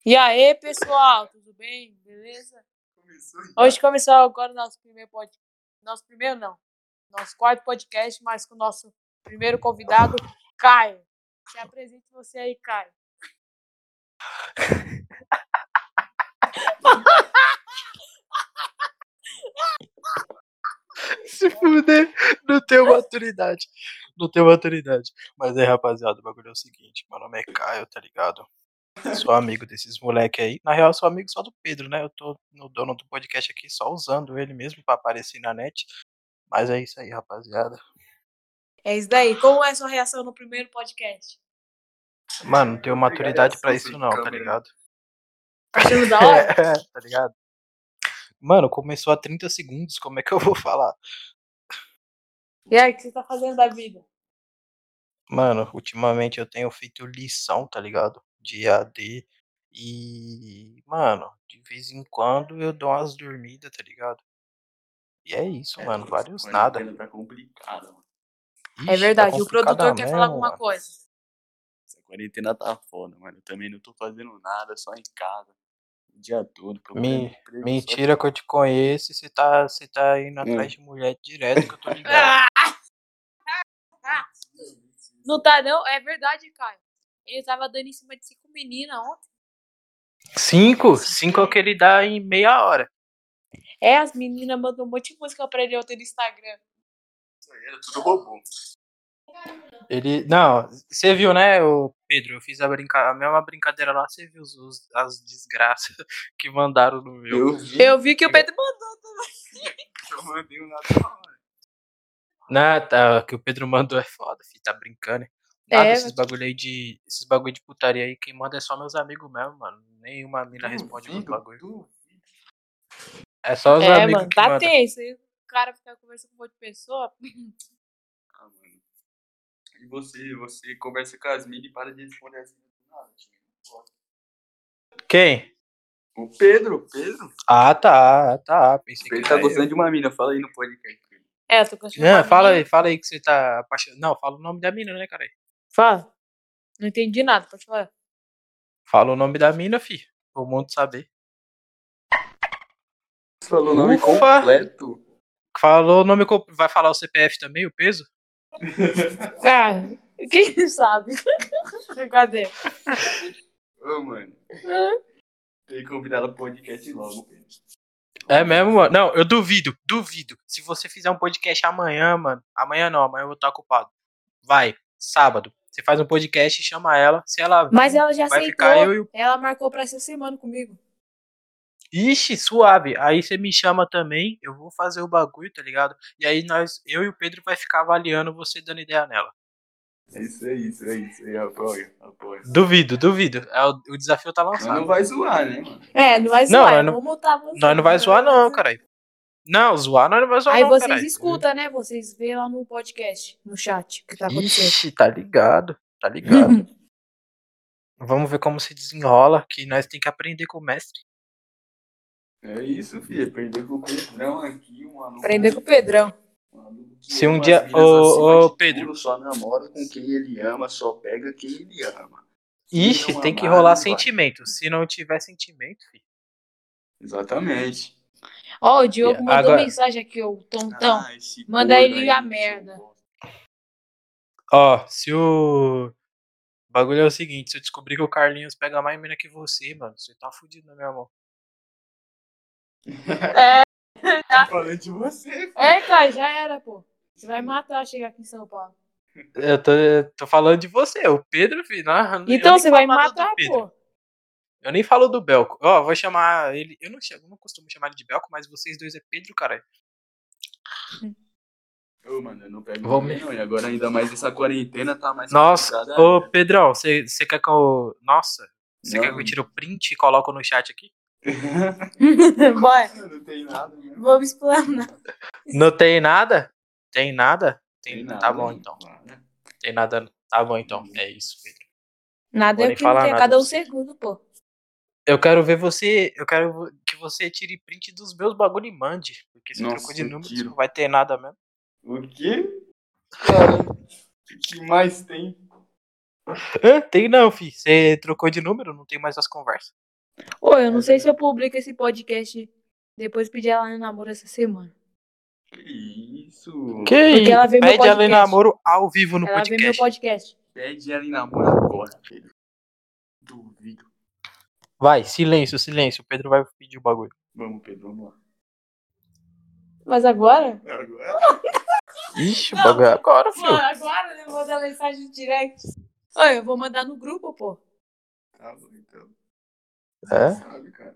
E aí, pessoal, tudo bem? Beleza? Hoje começou agora o nosso primeiro podcast. Nosso primeiro não. Nosso quarto podcast, mas com o nosso primeiro convidado, Caio. Se apresente você aí, Caio. Se fuder, não tenho maturidade. Não tenho maturidade. Mas aí, rapaziada, o bagulho é o seguinte: meu nome é Caio, tá ligado? Sou amigo desses moleque aí. Na real, eu sou amigo só do Pedro, né? Eu tô no dono do podcast aqui só usando ele mesmo pra aparecer na net. Mas é isso aí, rapaziada. É isso daí. Como é a sua reação no primeiro podcast? Mano, não tenho maturidade pra isso não, tá ligado? Tá achando da hora? Tá ligado? Mano, começou a 30 segundos, como é que eu vou falar? E aí, o que você tá fazendo da vida? Mano, ultimamente eu tenho feito lição, tá ligado? De AD. E, mano, de vez em quando eu dou umas dormidas, tá ligado? E é isso, mano. Vários nada. Tá complicado, mano. É verdade, tá o produtor quer mesmo, falar alguma mano. coisa. Essa quarentena tá foda, mano. Eu também não tô fazendo nada, só em casa. O dia todo, procurando emprego. Mentira que eu te conheço e você tá indo atrás de mulher direto, que eu tô ligado. Não tá, não? É verdade, Caio. Ele tava dando em cima de 5 meninas ontem. 5 é o que ele dá em meia hora. É, as meninas mandam um monte de música pra ele ontem no Instagram. Isso aí era tudo robô. Não, você viu, né, o Pedro? Eu fiz a mesma brincadeira lá, você viu as desgraças que mandaram no meu. Eu vi que o Pedro mandou também. Eu mandei um nada, mano. Nada, que o Pedro mandou é foda, filho, tá brincando. Nada, esses bagulho de putaria aí, quem manda é só meus amigos mesmo, mano. Nenhuma mina responde meus bagulho. É só os amigos mano, que tá mandam. tenso. E o cara ficar conversando com um monte de pessoa. Ah, mano. E você conversa com as minas e para de responder assim do nada. Quem? O Pedro. Ah, tá. Pensei Ele que tá era gostando eu. de uma mina, fala aí no podcast. É, eu tô gostando de Não, uma fala menina. aí que você tá apaixonado. Não, fala o nome da mina, né, cara? Fala. Não entendi nada, pode falar. Fala o nome da mina, fi. O mundo saber. Você falou o nome completo? Falou o nome. Vai falar o CPF também, o peso? Cara, quem sabe? Brincadeira. Ô, mano. Tem que convidar ela pro podcast logo, Pedro. É mesmo, mano? Não, eu duvido. Se você fizer um podcast amanhã, mano. Amanhã não, amanhã eu vou estar ocupado. Vai, sábado. Você faz um podcast e chama ela. Se ela vir, Mas ela já vai aceitou. ficar eu e o... Ela marcou pra essa semana comigo. Ixi, suave. Aí você me chama também, eu vou fazer o bagulho, tá ligado? E aí eu e o Pedro vai ficar avaliando você dando ideia nela. É isso aí, apoio. Duvido. O desafio tá lançado. Mas não vai zoar, né, mano? Não vai zoar. Nós não vai zoar não, caralho. Não, zoar nós não vai zoar aí não, vocês caralho. escutam, né? Vocês veem lá no podcast, no chat, o que tá acontecendo. Ixi, tá ligado. Vamos ver como se desenrola, que nós tem que aprender com o mestre. É isso, filho. Aprender com o Pedrão aqui, mano. Aprender com o Pedrão. Se um dia... Ô, Pedro. Só namora com quem ele ama, só pega quem ele ama. Ixi, tem que rolar sentimento. Se não tiver sentimento, filho. Exatamente. Ó, o Diogo mandou mensagem aqui, o tontão. Manda ele a merda. Ó, se o bagulho é o seguinte, se eu descobrir que o Carlinhos pega mais mina que você, mano, você tá fudido na minha mão. Tá falando de você, filho. Cara, já era, pô. Você vai matar chegar aqui em São Paulo. Eu tô falando de você, o Pedro, filho. Então você vai matar, pô. Eu nem falo do Belco. Ó, vou chamar ele. Eu não costumo chamar ele de Belco, mas vocês dois é Pedro, caralho. Ô, mano, eu não pego ninguém, não. E agora ainda mais essa quarentena tá mais complicada. Nossa, ô, Pedrão, você quer que eu... Nossa, você quer que eu tire o print e coloco no chat aqui? Bora. Não tem nada, né? Vamos explanar. Não tem nada? Tem nada? Tem nada. Tá bom, então. Tem nada. Tá bom, então. É isso, Pedro. Nada é o que não tem a cada um segundo, pô. Eu quero ver você. Eu quero que você tire print dos meus bagulho e mande. Porque se trocou de número, não vai ter nada mesmo. O quê? Cara, o que mais tem? Tem não, fi. Você trocou de número, não tem mais as conversas. Ô, eu não sei se eu publico esse podcast depois de pedir ela em namoro essa semana. Que isso? Porque ela vê meu Pede ela em podcast. namoro ao vivo no Ela vê meu podcast. podcast. Pede ela em namoro agora, Pedro. Duvido. Vai, silêncio. O Pedro vai pedir o bagulho. Vamos, Pedro, vamos lá. Mas agora? Agora? Ixi, o bagulho é agora, filho. Mano, agora eu vou mandar mensagem direct. Olha, eu vou mandar no grupo, pô. Tá bom, então. É? Você sabe, cara.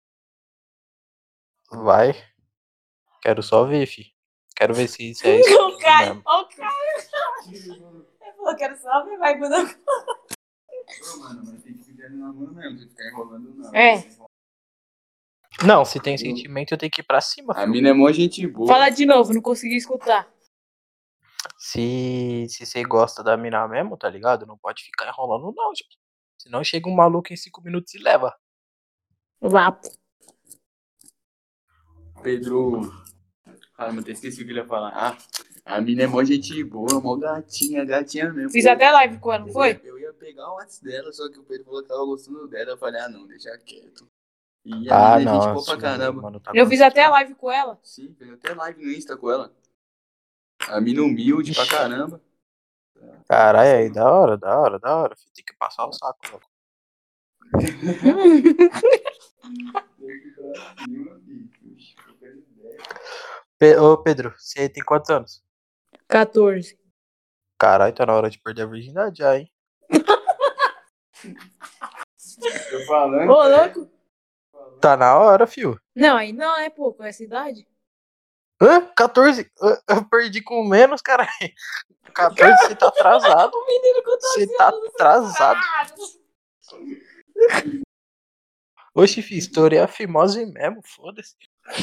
Vai. Quero só ver, fi. Quero ver se isso é isso O cara, mesmo. ó o cara. Ele falou, quero só ver, vai mandar. Ô, mano, mas tem que pedir ela em namoro mesmo. Você ficar enrolando não. É. Não, se tem sentimento, eu tenho que ir pra cima, A filho. mina é mó gente boa. Fala de novo, não consegui escutar. Se você gosta da mina mesmo, tá ligado? Não pode ficar enrolando, não, gente. Senão chega um maluco em 5 minutos e leva. Vá. Pedro. Ah, mas até esqueci o que ele ia falar. Ah, a mina é mó gente boa, mó gatinha mesmo. Fiz até live com ela, não foi? Eu ia pegar o WhatsApp dela, só que o Pedro falou que tava gostando dela. Eu falei, ah, não, deixa quieto. E a mina é gente boa pra caramba. Mano, tá Eu fiz até gostando. live com ela. Sim, fez até live no Insta com ela. A mina humilde pra caramba. Caralho, aí, da hora. Tem que passar o saco, logo. Ô, Pedro, você tem quantos anos? 14. Caralho, tá na hora de perder a virgindade já, hein? Tô falando. Ô, louco. Tá na hora, fio. Não, aí não é pouco, essa idade. Hã? 14? Eu perdi com menos, caralho. 14, você tá atrasado. O menino com 12 Você tá anos. atrasado. Oxi, fi, estourei a fimose mesmo, foda-se.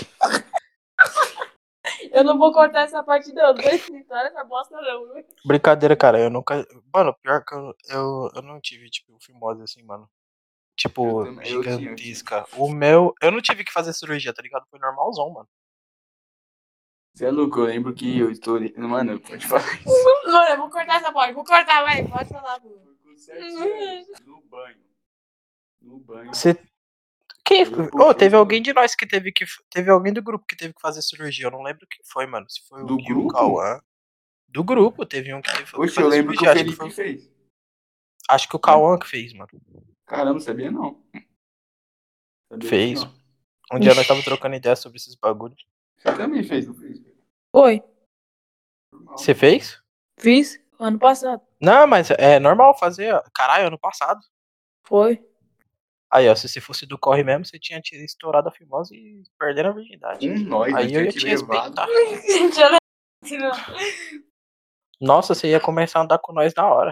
Eu não vou cortar essa parte não vou explicar essa bosta não. Viu? Brincadeira, cara, eu nunca... Mano, pior que eu não tive, tipo, fimose assim, mano. Tipo, Eu tinha. gigantesca. O meu... Eu não tive que fazer cirurgia, tá ligado? Foi normalzão, mano. Você é louco, eu lembro que eu estourei. Mano, pode falar isso. Mano, eu vou cortar essa parte. Vou cortar, vai. Pode falar, pô. Foi com 7 anos, no banho. No banho. Você... Quem... Eu Ô, puxei teve o- alguém de nós que teve que... Teve alguém do grupo que teve que fazer cirurgia. Eu não lembro quem foi, mano. Se foi Do o Gui, o grupo? Cauã. Do grupo, teve um que teve que Oxe, fazer eu lembro que cirurgia. o Acho que Felipe foi... fez. Acho que o Cauã que fez, mano. Caramba, sabia não. Sabia Fez. Não. Um dia nós tava trocando ideia sobre esses bagulhos. Você também fez, não fez? Oi. Normal. Você fez? Fiz ano passado. Não, mas é normal fazer. Ó. Caralho, ano passado. Foi. Aí, ó, se você fosse do corre mesmo, você tinha estourado a fimose e perdendo a virgindade. Com nós, Aí eu ia tinha te levado. respeitar. Nossa, você ia começar a andar com nós na hora.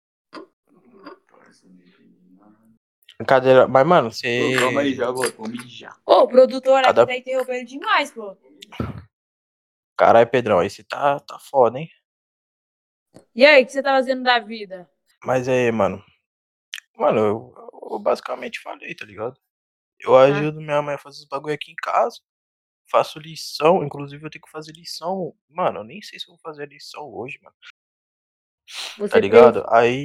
Brincadeira. Mas, mano, você... Ô, calma aí, já vou mijar. Ô, o produtor Cada- aqui tá interrompendo demais, pô. Caralho, Pedrão, esse tá foda, hein? E aí, o que você tá fazendo da vida? Mas aí, mano. Mano, eu basicamente falei, tá ligado? Eu ajudo minha mãe a fazer os bagulho aqui em casa. Faço lição. Inclusive, eu tenho que fazer lição. Mano, eu nem sei se eu vou fazer lição hoje, mano. Você Tá ligado?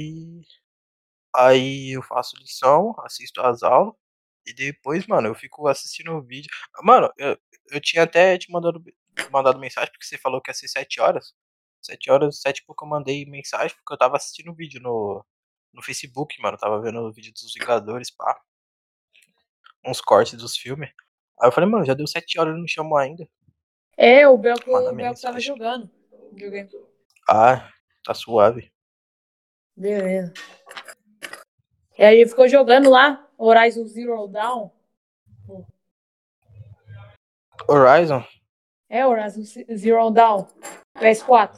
Aí eu faço lição, assisto as aulas. E depois, mano, eu fico assistindo o vídeo. Mano, eu tinha até te mandado mensagem porque você falou que ia ser 7 horas. 7 horas, 7 e pouco eu mandei mensagem porque eu tava assistindo o vídeo no Facebook, mano. Eu tava vendo o vídeo dos Vingadores, pá. Uns cortes dos filmes. Aí eu falei, mano, já deu 7 horas, ele não chamou ainda. É, o Belco Manda tava mensagem. jogando. Joguei. Ah, tá suave. Beleza. E aí ele ficou jogando lá, Horizon Zero Dawn. Horizon? É, Horizon Zero Dawn. PS4.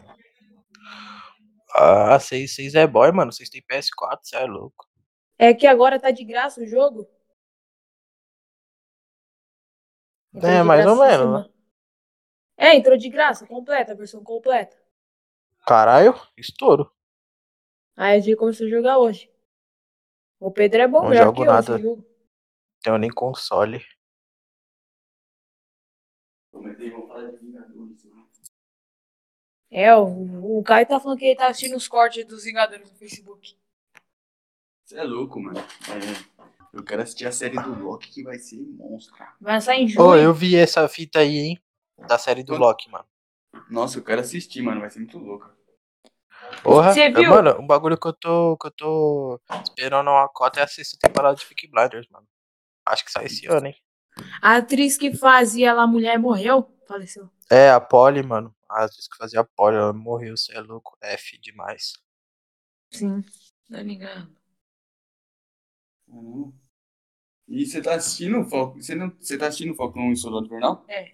Ah, vocês é boy, mano. Vocês têm PS4, cê é louco. É que agora tá de graça o jogo. Entrou É, de mais ou graça essa menos, né? semana. É, entrou de graça, completa, a versão completa. Caralho, estouro. Aí a gente começou a jogar hoje. O Pedro é bom, Não melhor jogo que eu nada. nesse jogo. Tenho nem console. É, o Caio tá falando que ele tá assistindo os cortes dos Vingadores no Facebook. Você é louco, mano. É. Eu quero assistir a série do Loki, que vai ser monstro, cara. Vai lançar em Ô, junho. eu vi essa fita aí, hein? Da série do Quando? Loki, mano. Nossa, eu quero assistir, mano. Vai ser muito louco. Porra, Você viu? mano, um bagulho que eu tô esperando uma cota é a sexta temporada de Peaky Blinders, mano. Acho que sai esse ano, hein? A atriz que fazia lá a mulher morreu? Faleceu. É, a Polly, mano. A atriz que fazia a Polly, ela morreu, cê é louco. F demais. Sim. Tá ligado. E você tá assistindo o Falcão? Você tá assistindo o Falcão e Soldado Invernal? É.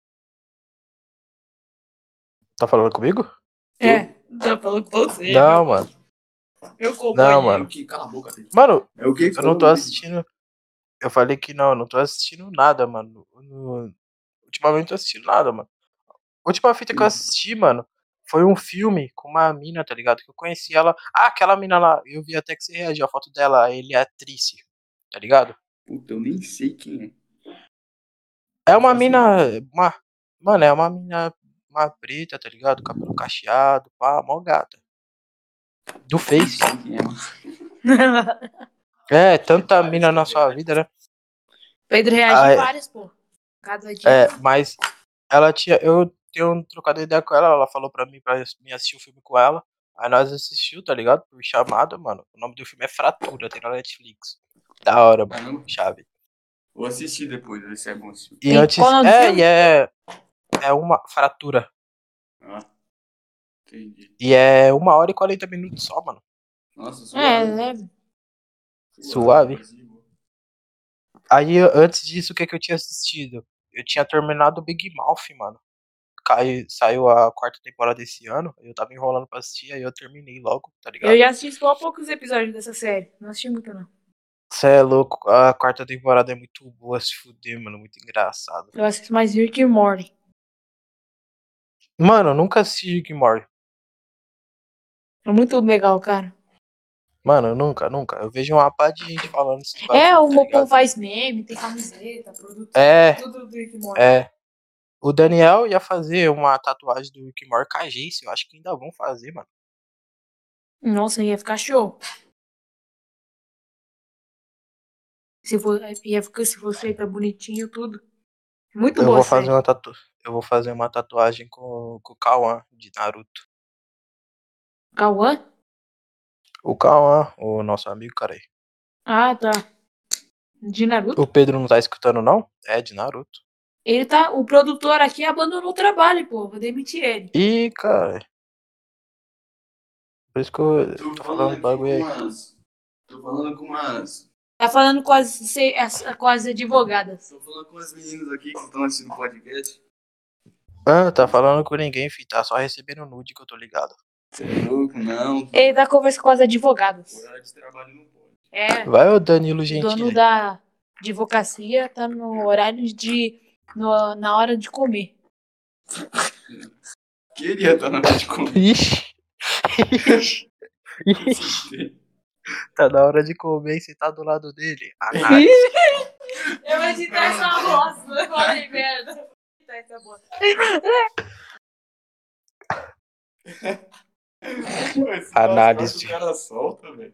Tá falando comigo? É. Tô falando com você. Não, mano. Meu Não, companheiro. mano. Cala a boca, Pedro. Mano, É o que eu não tô assistindo. Eu falei que não, eu não tô assistindo nada, mano. Ultimamente não tô assistindo nada, mano. A última fita que eu assisti, mano, foi um filme com uma mina, tá ligado? Que eu conheci ela. Ah, aquela mina lá. Eu vi até que você reagiu a foto dela, ele é atriz, tá ligado? Puta, eu nem sei quem é. É uma mina. Mano, é uma mina. Uma preta, tá ligado? Cabelo cacheado, pá, mó gata. Do Face. Não sei quem é, mano. É, tanta mina na sua vida, né? Pedro reage Ah, em é. várias, pô. Cada dia. É, mas ela tinha. Eu tenho trocado ideia com ela, ela falou pra mim me assistir o filme com ela. Aí nós assistiu, tá ligado? Por chamada, mano. O nome do filme é Fratura, tem na Netflix. Da hora, mano. Caramba. Chave. Vou assistir depois, ver se é bom esse filme. E Tem antes. qual o nome do filme? É uma fratura. Ah, entendi. E é 1h40 só, mano. Nossa, É, suave. leve. Suave. Aí, antes disso, o que eu tinha assistido? Eu tinha terminado o Big Mouth, mano. Saiu a quarta temporada desse ano. Eu tava enrolando pra assistir, aí eu terminei logo, tá ligado? Eu já assisti só poucos episódios dessa série. Não assisti muito, não. Cê é louco, a quarta temporada é muito boa, se fuder, mano, muito engraçado. Eu assisto mais Rick e Morty. Mano, eu nunca assisti Rick and Morty. É muito legal, cara. Mano, eu nunca. Eu vejo uma pá de gente falando esses bagulho, É, o tá Mopão ligado? faz meme, tem camiseta, produto. É, Tudo do Rick e Morty. é. O Daniel ia fazer uma tatuagem do Rick and Morty com a Jace, eu acho que ainda vão fazer, mano. Nossa, ia ficar show. Se fosse feita bonitinho, tudo. Muito Eu boa vou a fazer série. eu vou fazer uma tatuagem com o Kawan, de Naruto. Cauã? O Kawan, o nosso amigo, cara aí. Ah, tá. De Naruto? O Pedro não tá escutando, não? É, de Naruto. Ele tá. O produtor aqui abandonou o trabalho, pô. Vou demitir ele. Ih, cara. Por isso que eu Tô tô falando falando aqui bagulho aí. Tô falando com umas. Tá falando com as advogadas. Tô falando com as meninas aqui que estão assistindo o podcast. Ah, tá falando com ninguém, filho. Tá só recebendo nude que eu tô ligado. Você é louco? Não. Ele tá conversando com as advogadas. Horário de trabalho não pode. É. Vai o Danilo O dono Gentili. da advocacia tá no horário de. Na hora de comer. Queria estar na hora de comer. Ixi. Ixi. Tá na hora de comer e você tá do lado dele. Análise. Eu vou editar essa bosta. Eu falei merda. Eu vou editar essa bosta. Análise. O cara solta, velho.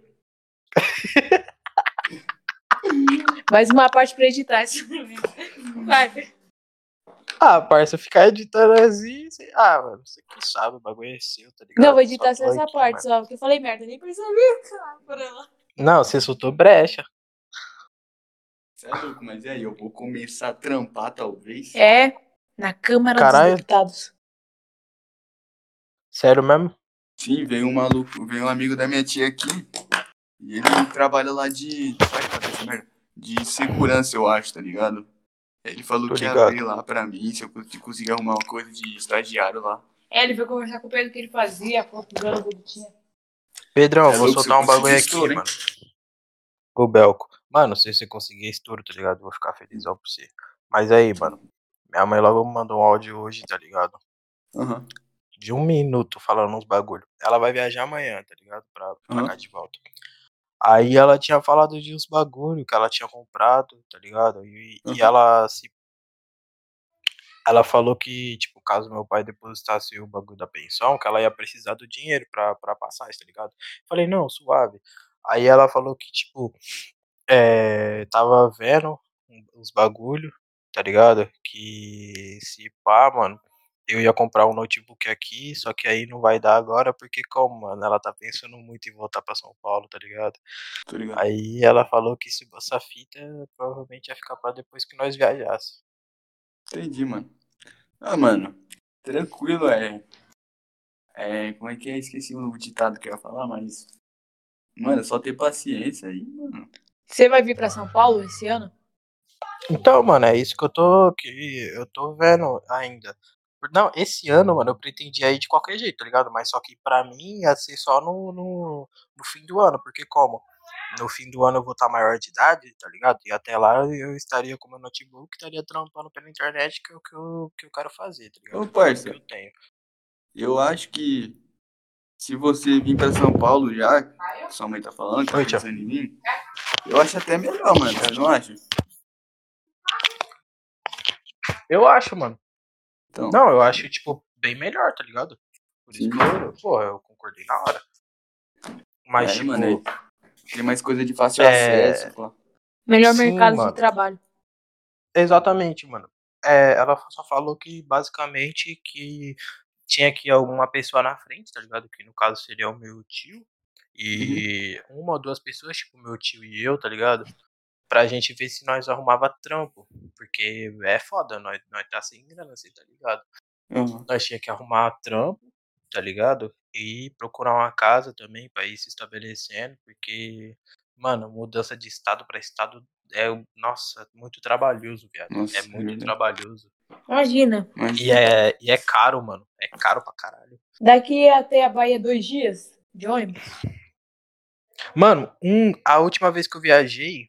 Mais uma parte pra editar. Vai. Ah, parça, ficar editando assim. Mano, você que sabe, o bagulho é seu, tá ligado? Não, vou editar Só só tô essa aqui, parte, mano. só. Porque eu falei merda, nem percebi, cara, por ela. Não, você soltou brecha. Você é louco, mas e aí? Eu vou começar a trampar, talvez? É, na Câmara Caralho. dos Deputados. Sério mesmo? Sim, veio um maluco, veio um amigo da minha tia aqui. E ele trabalha lá de. Vai fazer essa merda? De segurança, eu acho, tá ligado? Ele falou Tô que ia ligado. ver lá pra mim se eu conseguir arrumar uma coisa de estagiário lá. É, ele foi conversar com o Pedro que ele fazia, falou que o grana dele tinha. Pedrão, É vou louco, soltar se um eu bagulho conseguir aqui, estouro, hein? mano. Ô, Belco. Mano, se você conseguir estouro, tá ligado? Vou ficar felizão por você. Mas aí, mano. Minha mãe logo me mandou um áudio hoje, tá ligado? Aham. De 1 minuto falando uns bagulho. Ela vai viajar amanhã, tá ligado? Pra cá de volta. Aí ela tinha falado de uns bagulho que ela tinha comprado, tá ligado? E ela falou que, tipo, caso meu pai depositasse o bagulho da pensão, que ela ia precisar do dinheiro pra passar isso, tá ligado? Falei, não, suave. Aí ela falou que, tipo, Tava vendo uns bagulho, tá ligado? Que se pá, mano, eu ia comprar um notebook aqui, só que aí não vai dar agora, porque como, mano, ela tá pensando muito em voltar pra São Paulo, tá ligado? Tô ligado. Aí ela falou que se essa fita provavelmente ia ficar pra depois que nós viajássemos. Entendi, mano. Ah, mano, tranquilo, como é que é? Esqueci o ditado que eu ia falar, mas... Mano, é só ter paciência aí, mano. Você vai vir pra São Paulo esse ano? Então, mano, é isso que eu tô vendo ainda. Não, esse ano, mano, eu pretendia ir de qualquer jeito, tá ligado? Mas só que pra mim ia ser só no fim do ano, porque como? No fim do ano eu vou estar maior de idade, tá ligado? E até lá eu estaria com meu notebook, estaria trampando pela internet, que é o que eu quero fazer, tá ligado? Ô, Que é o parça, que eu tenho. eu acho que se você vir pra São Paulo já, que sua mãe tá falando, tá Oi, tio. pensando em vir, eu acho até melhor, mano. Você não acha? Eu acho, mano. Então, Não, eu acho, tipo, bem melhor, tá ligado? Por isso sim. que eu concordei na hora. Mas, tipo, mano, tem mais coisa de fácil é... acesso, pô. Melhor sim, mercado de mano. trabalho. Exatamente, mano. Ela só falou que basicamente que tinha que ir alguma pessoa na frente, tá ligado? Que no caso seria o meu tio. E uma ou duas pessoas, tipo meu tio e eu, tá ligado? Pra gente ver se nós arrumava trampo. Porque é foda, nós tá sem grana, assim, tá ligado? Uhum. Nós tinha que arrumar trampo, tá ligado? E procurar uma casa também pra ir se estabelecendo, porque, mano, mudança de estado pra estado nossa, muito trabalhoso, viado. Nossa, É é muito verdade. trabalhoso. Imagina. E é caro, mano. É caro pra caralho. Daqui até a Bahia 2 dias de ônibus. Mano, a última vez que eu viajei,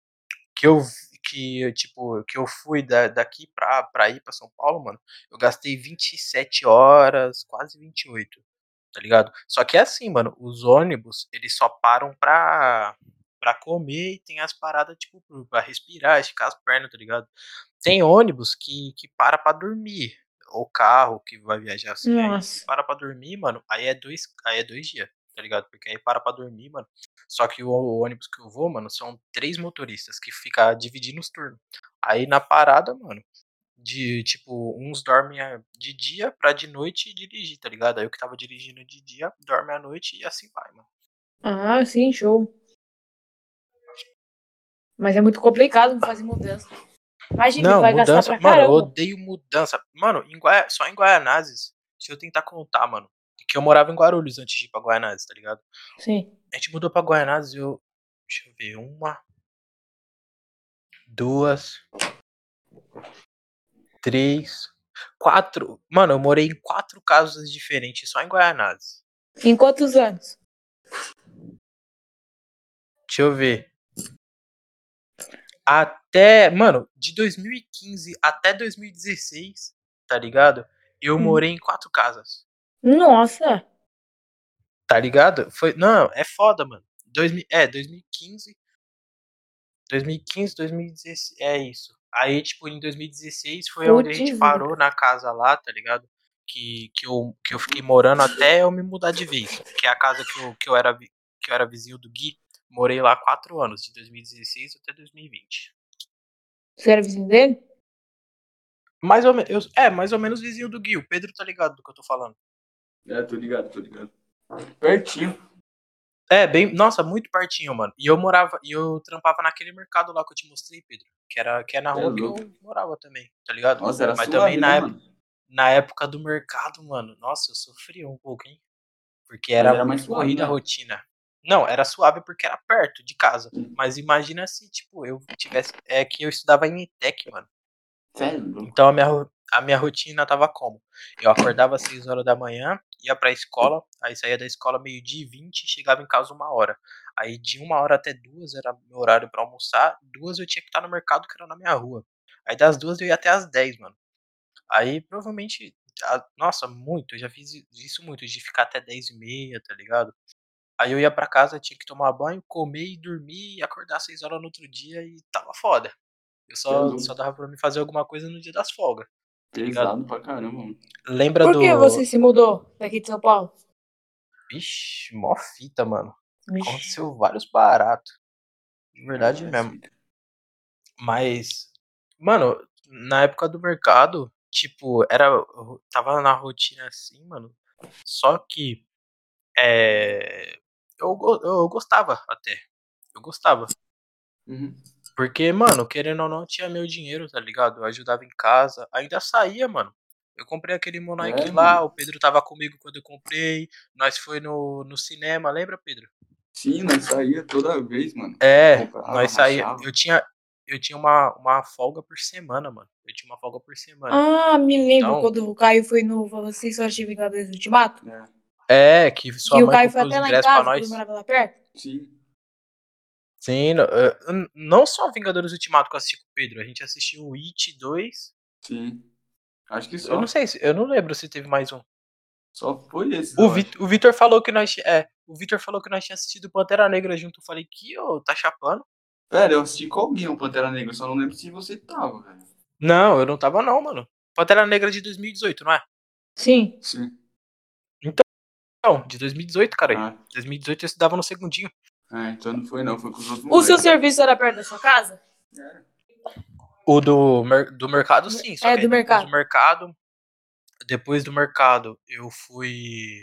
que eu fui daqui pra ir pra São Paulo, mano, eu gastei 27 horas, quase 28, tá ligado? Só que é assim, mano, os ônibus, eles só param pra comer e tem as paradas, tipo, pra respirar, esticar as pernas, tá ligado? Tem ônibus que para pra dormir. Ou carro que vai viajar assim, aí se Nossa. para pra dormir, mano, aí é dois dias, tá ligado? Porque aí para pra dormir, mano. Só que o ônibus que eu vou, mano, são 3 motoristas que ficam dividindo os turnos. Aí na parada, mano, tipo, uns dormem de dia pra de noite dirigir, tá ligado? Aí o que tava dirigindo de dia dorme à noite e assim vai, mano. Ah, sim, show. Mas é muito complicado fazer mudança. Imagina, Não, vai gastar mudança. pra Mano, eu caramba. odeio mudança. Mano, só em Guaianazes, se eu tentar contar, mano, que eu morava em Guarulhos antes de ir pra Guaianazes, tá ligado? Sim. A gente mudou pra Guaianazes e eu. Deixa eu ver, 2, 3, 4. Mano, eu morei em 4 casas diferentes só em Guaianazes. Em quantos anos? Deixa eu ver. Mano, de 2015 até 2016, tá ligado? Eu morei em 4 casas. Nossa. Tá ligado? Não, é foda, mano. 2015, 2016, é isso. Aí, tipo, em 2016 foi onde a gente Putz. parou na casa lá, tá ligado? Que eu fiquei morando até eu me mudar de vez. Que é a casa que eu era vizinho do Gui. Morei lá 4 anos, de 2016 até 2020. Você era vizinho dele? Mais ou menos vizinho do Gui. O Pedro tá ligado do que eu tô falando. Tô ligado, tô ligado. Pertinho. Nossa, muito pertinho, mano. E eu trampava naquele mercado lá que eu te mostrei, Pedro. Que é na rua que eu morava também, tá ligado? Nossa, era Mas suave, também né, mano? na época do mercado, mano, nossa, eu sofria um pouco, hein? Porque Mas era era mais muito suave, corrida a né? rotina. Não, era suave porque era perto de casa. Mas imagina se, tipo, eu tivesse. É que eu estudava em ETEC, mano. Sério? Então a minha rotina tava como? Eu acordava às 6 horas da manhã, ia pra escola, aí saía da escola 12h20 e chegava em casa 1 hora. Aí de 1 hora até 2 era meu horário pra almoçar, 2 eu tinha que estar no mercado que era na minha rua. Aí das 2 eu ia até as 10, mano. Aí provavelmente, nossa, muito, eu já fiz isso muito, de ficar até 10h30, tá ligado? Aí eu ia pra casa, tinha que tomar banho, comer e dormir e acordar às 6 horas no outro dia e tava foda. Eu Você é só louco. dava pra mim fazer alguma coisa no dia das folgas, tá ligado? Pesado pra caramba, mano. Lembra Por que você do. se mudou daqui de São Paulo? Vixe, mó fita, mano. Vixe. Aconteceu vários baratos. Verdade É, mesmo. aceita. Mas, mano, na época do mercado, tipo, tava na rotina assim, mano. Só que eu gostava até. Eu gostava. Uhum. Porque, mano, querendo ou não, tinha meu dinheiro, tá ligado? Eu ajudava em casa. Ainda saía, mano. Eu comprei aquele Monark lá, Mano. o Pedro tava comigo quando eu comprei. Nós foi no cinema, lembra, Pedro? Sim, nós saía toda vez, mano. Comprava, Nós saía. rachava. Eu tinha uma folga por semana, mano. Eu tinha uma folga por semana. Ah, me lembro Então, quando o Caio foi no Vocês Só de Vingadores Ultimato. que sua Que o mãe Caio foi comprou os até lá em ingressos pra casa, porque ele nós. morava lá perto. Sim. Sim, não só Vingadores Ultimato que eu assisti com o Pedro. A gente assistiu o It 2. Sim. Acho que Eu não só. sei, eu não lembro se teve mais um. Só foi esses, eu acho. O Vitor falou que o Vitor falou que nós tínhamos assistido Pantera Negra junto. Eu falei que, tá chapando? Pera, eu assisti com alguém o Pantera Negra, só não lembro se você tava, velho. Não, eu não tava não, mano. Pantera Negra de 2018, não é? Sim. Sim. Não, de 2018, cara. Ah, 2018 eu estudava no segundinho. então não foi não, foi com os outros O seu moleques. serviço era perto da sua casa? O do mercado, sim. Só que aí Do mercado. depois do mercado, eu fui.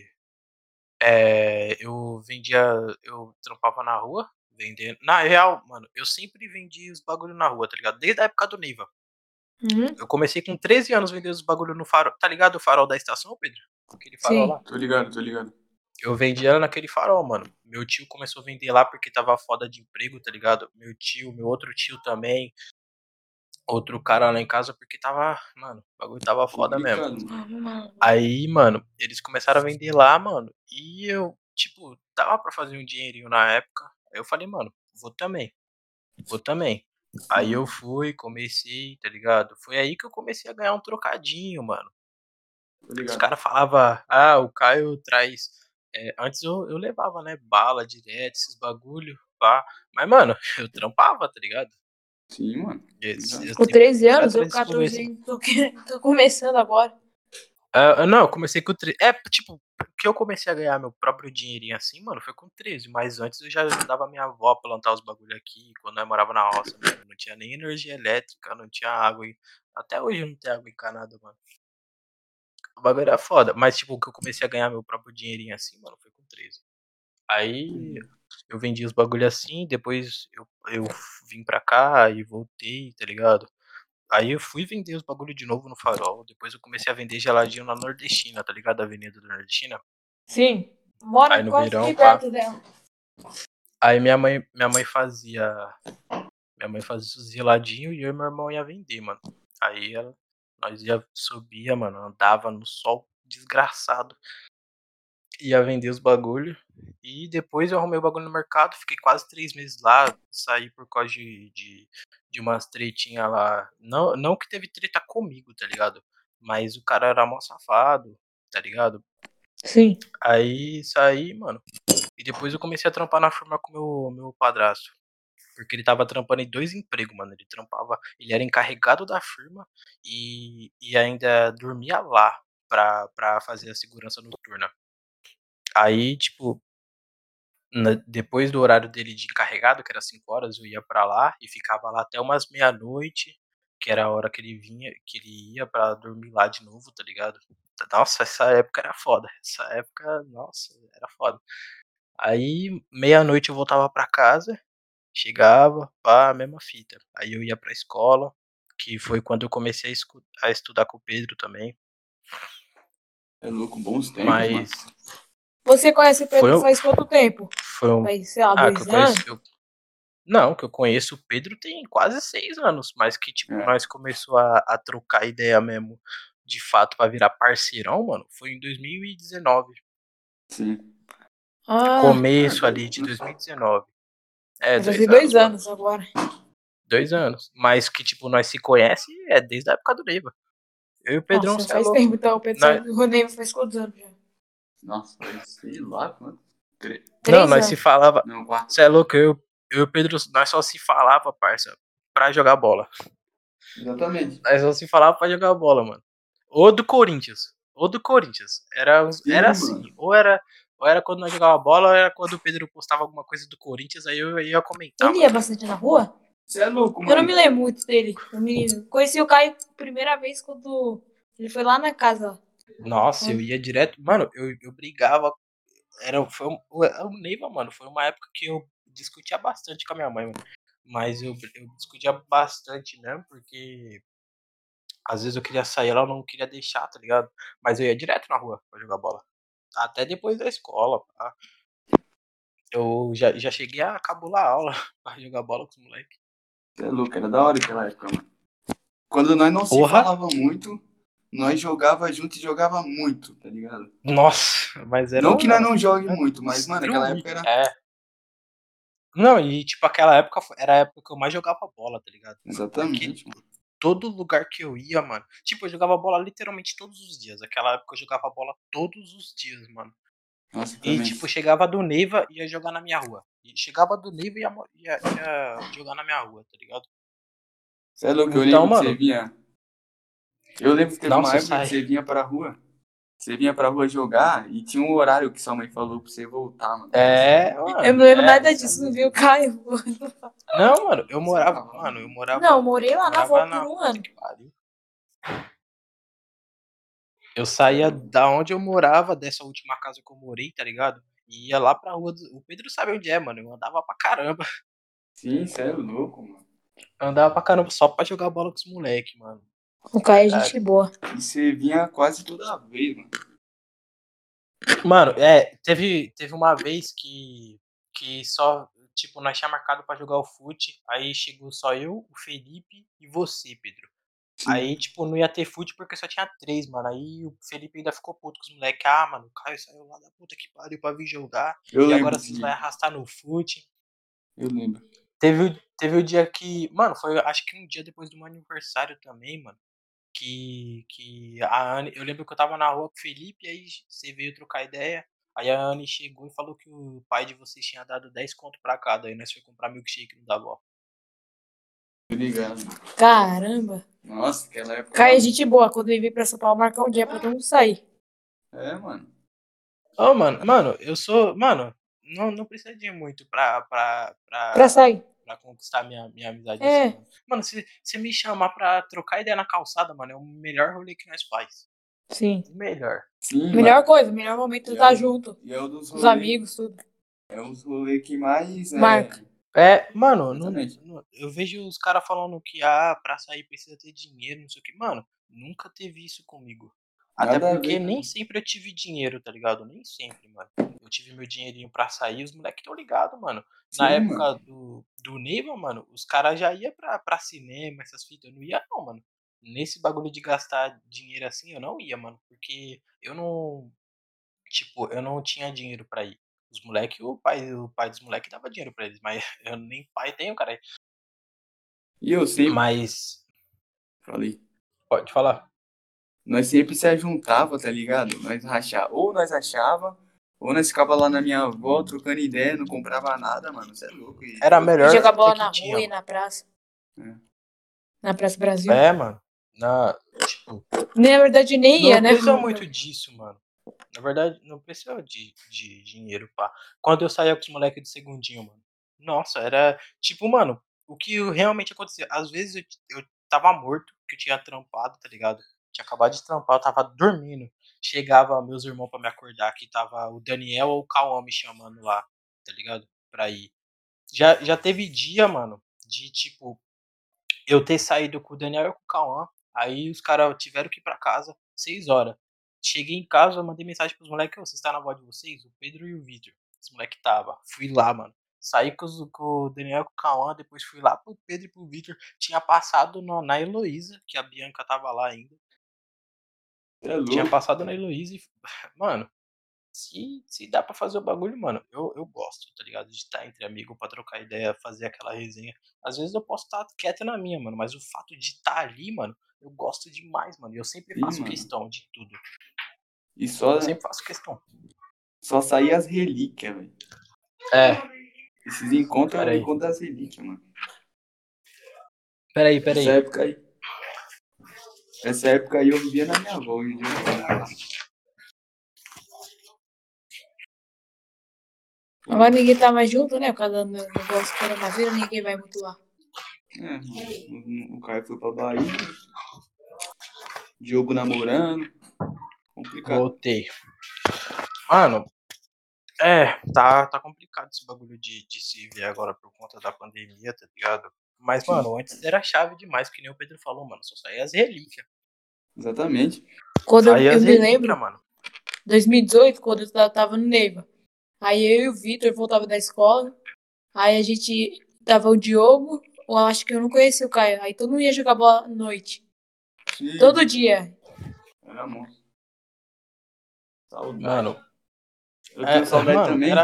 Eu vendia. Eu trampava na rua, vendendo. Na real, mano, eu sempre vendi os bagulho na rua, tá ligado? Desde a época do Neiva. Uhum. Eu comecei com 13 anos vendendo os bagulho no farol. Tá ligado o farol da estação, Pedro? Aquele farol Sim. lá. Tô ligado, tô ligado. Eu vendia naquele farol, mano. Meu tio começou a vender lá porque tava foda de emprego, tá ligado? Meu outro tio também. Outro cara lá em casa porque tava, mano, o bagulho tava foda mesmo. Complicado, mano. Aí, mano, eles começaram a vender lá, mano. E eu, tipo, tava pra fazer um dinheirinho na época. Aí eu falei, mano, vou também. Vou também. Aí eu fui, comecei, tá ligado? Foi aí que eu comecei a ganhar um trocadinho, mano. Tô Os ligado. caras falavam, o Caio traz. Antes eu levava, né, bala direto, esses bagulho, pá. Mas, mano, eu trampava, tá ligado? Sim, mano. Eu Com sempre 13 fui anos, eu atrás com desse 14 começo. anos, tô começando agora. Não, eu comecei com 13. Tipo, que eu comecei a ganhar meu próprio dinheirinho assim, mano, foi com 13. Mas antes eu já ajudava minha avó a plantar os bagulho aqui, quando eu morava na roça mesmo. Não tinha nem energia elétrica, não tinha água. Até hoje não tem água encanada, mano. O bagulho era foda. Mas, tipo, que eu comecei a ganhar meu próprio dinheirinho assim, mano, foi com 13. Aí eu vendi os bagulho assim, depois eu vim pra cá e voltei, tá ligado? Aí eu fui vender os bagulho de novo no farol. Depois eu comecei a vender geladinho na Nordestina, tá ligado? A Avenida da Nordestina. Sim. Aí Moro no quase verão, aqui pá. perto dela. Aí minha mãe fazia. Minha mãe fazia os geladinhos e eu e meu irmão ia vender, mano. Aí nós ia subia, mano, andava no sol desgraçado. Ia vender os bagulho. E depois eu arrumei o bagulho no mercado, fiquei quase 3 meses lá, saí por causa de umas tretinhas lá. Não que teve treta comigo, tá ligado? Mas o cara era mó safado, tá ligado? Sim. Aí saí, mano. E depois eu comecei a trampar na firma com meu padrasto. Porque ele tava trampando em 2 empregos, mano. Ele era encarregado da firma e ainda dormia lá pra fazer a segurança noturna. Aí, tipo, depois do horário dele de encarregado, que era 5 horas, eu ia pra lá e ficava lá até umas meia-noite, que era a hora que ele vinha, que ele ia pra dormir lá de novo, tá ligado? Nossa, essa época era foda. Essa época, nossa, era foda. Aí, meia-noite eu voltava pra casa, chegava, pá, mesma fita. Aí eu ia pra escola, que foi quando eu comecei a estudar com o Pedro também. É louco, bons tempos, mano. Mas Você conhece o Pedro faz quanto tempo? foi um. Faz, sei lá, Que 2 eu conheço. anos? Não, que eu conheço o Pedro tem quase 6 anos, mas que, tipo, nós começou a trocar ideia mesmo, de fato, pra virar parceirão, mano, foi em 2019. Sim. Começo ali de 2019. Vai 2 fazer anos, 2 mano. anos agora. 2 anos. Mas que, tipo, nós se conhece desde a época do Neiva. Eu e o Pedrão, Nossa, você é faz louco. tempo então. O Pedro saiu do Ronei faz quantos anos já? Nossa, sei lá quanto. Não, nós se falava. Não, 4. Você é louco, eu e o Pedro, nós só se falava, parça, pra jogar bola. Exatamente. Nós só se falava pra jogar bola, mano. Ou do Corinthians. Era Sim, assim. mano. Ou era quando nós jogava bola, ou era quando o Pedro postava alguma coisa do Corinthians, aí eu ia comentar. Ele ia bastante na rua? Você é louco, Eu não mano. me lembro muito dele. Eu conheci o Caio primeira vez quando ele foi lá na casa. Nossa, eu ia direto. Mano, eu brigava. O Neiva, mano, foi uma época que eu discutia bastante com a minha mãe, mano. Mas eu discutia bastante mesmo, porque às vezes eu queria sair, ela não queria deixar, tá ligado? Mas eu ia direto na rua pra jogar bola. Até depois da escola, pá. Eu já cheguei a cabular a aula pra jogar bola com os moleques. Você é louco, era da hora aquela época, mano. Quando nós não se Porra! falava muito, nós jogava junto e jogava muito, tá ligado? Nossa, mas era Não que nós uma. não jogue muito, mas, mano, aquela época era... É. Não, e tipo, aquela época era a época que eu mais jogava bola, tá ligado? Exatamente, Porque mano. todo lugar que eu ia, mano. Tipo, eu jogava bola literalmente todos os dias. Aquela época eu jogava bola todos os dias, mano. Nossa, E também. tipo, chegava do Neiva e ia jogar na minha rua. E chegava do Neiva e ia jogar na minha rua, tá ligado? Você é louco, eu Então, lembro que mano. você vinha... Eu lembro que teve uma Nossa, eu época que saí. você vinha pra rua. Você vinha pra rua jogar e tinha um horário que sua mãe falou pra você voltar, mano. Mano. Eu não lembro nada disso, não viu, Caio? Não, mano, eu morava. Mano, eu morava. Não, eu morei lá na avó morava por um ano. que pariu. Eu saía da onde eu morava, dessa última casa que eu morei, tá ligado? E ia lá pra rua. O Pedro sabe onde é, mano. Eu andava pra caramba. Sim, você é louco, mano. Eu andava pra caramba só pra jogar bola com os moleques, mano. O Caio é gente boa. E você vinha quase toda vez, mano. Mano, teve uma vez que só, tipo, nós tínhamos marcado pra jogar o fute, aí chegou só eu, o Felipe e você, Pedro. Sim. Aí, tipo, não ia ter fute porque só tinha 3, mano. Aí o Felipe ainda ficou puto com os moleques. Ah, mano, o Caio saiu lá da puta que pariu pra vir jogar. Eu E lembro agora desse vocês dia. vão arrastar no fute. Eu lembro. Teve o dia que, mano, foi acho que um dia depois do meu aniversário também, mano. Que a Anne, eu lembro que eu tava na rua com o Felipe, aí você veio trocar ideia. Aí a Anne chegou e falou que o pai de vocês tinha dado 10 conto pra cada. Aí nós fomos comprar milkshake no Davó. Tô ligado. Caramba. Nossa, aquela época... Caio é gente boa. Quando ele vir pra São Paulo, marcar um dia pra todo mundo sair. É, mano. Ô, mano, eu sou. Mano, não precisa de muito Pra sair. pra conquistar minha amizade É. assim, mano. Mano, se você me chamar pra trocar ideia na calçada, mano, é o melhor rolê que nós faz. Sim. O melhor. Sim, Melhor mano. coisa, melhor momento de estar junto. E é um dos Os rolês... amigos, tudo. É um dos rolês que mais... Marca. Mano, Exatamente. eu vejo os caras falando que, pra sair precisa ter dinheiro, não sei o que. Mano, nunca teve isso comigo. Até Nada a porque ver, nem mano. sempre eu tive dinheiro, tá ligado? Nem sempre, mano. Eu tive meu dinheirinho pra sair, os moleques tão ligados, mano. Na Sim, época mano. do Neiva, mano, os caras já iam pra cinema, essas fitas. Eu não ia, não, mano. Nesse bagulho de gastar dinheiro assim, eu não ia, mano. Porque eu não. Tipo, eu não tinha dinheiro pra ir. Os moleques, o pai dos moleques dava dinheiro pra eles, mas eu nem pai tenho, cara. E eu sempre... Mas. Falei. Pode falar. Nós sempre se ajuntava, tá ligado? Nós rachava. Ou nós rachava, ou nós ficava lá na minha avó trocando ideia, não comprava nada, mano. Você é louco. E Era a melhor Jogar fita bola que na tinha, rua e mano. na praça. É. Na Praça Brasil. Mano. Tipo, Na verdade, nem ia, não né? precisa muito disso, mano. Na verdade, não precisa de dinheiro, pá. Quando eu saía com os moleques de segundinho, mano. Nossa, era. Tipo, mano, o que realmente acontecia. Às vezes eu tava morto, que eu tinha trampado, tá ligado? Tinha acabado de trampar, eu tava dormindo. Chegava meus irmãos pra me acordar, que tava o Daniel ou o Cauã me chamando lá, tá ligado? Pra ir. Já teve dia, mano, de tipo, eu ter saído com o Daniel e com o Cauã. Aí os caras tiveram que ir pra casa 6 horas. Cheguei em casa, mandei mensagem pros moleques: vocês estão na voz de vocês? O Pedro e o Vitor. Os moleques tava. Fui lá, mano. Saí com o Daniel e com o Cauã, depois fui lá pro Pedro e pro Vitor. Tinha passado na Heloísa, que a Bianca tava lá ainda. Você é Tinha louco. passado na Heloísa e. Mano, se dá pra fazer o bagulho, mano, eu gosto, tá ligado? De estar entre amigos pra trocar ideia, fazer aquela resenha. Às vezes eu posso estar quieto na minha, mano, mas o fato de estar ali, mano, eu gosto demais, mano. E eu sempre Sim, faço mano. questão de tudo. E só, Eu sempre faço questão. só saía as relíquias, velho. Esses encontros é o Peraí. encontro das relíquias, mano. Peraí. Essa época aí eu vivia na minha avó. Hoje em dia eu não tenho. Agora ninguém tá mais junto, né? Por causa do negócio do coronavírus, ninguém vai muito lá. O Caio foi pra Bahia. Diogo namorando. Complicado. Voltei. Mano, tá complicado esse bagulho de se ver agora por conta da pandemia, tá ligado? Mas, mano, antes era chave demais, que nem o Pedro falou, mano. Só saía as relíquias. Exatamente. Quando Saía eu as me relíquias, lembro, mano. 2018, quando eu tava no Neiva. Aí eu e o Vitor voltava da escola. Aí a gente dava o Diogo. Eu acho que eu não conhecia o Caio. Aí todo mundo ia jogar bola à noite. Sim. Todo dia. Era monstro. Saudade. Mano, Eu tenho saudade mano, também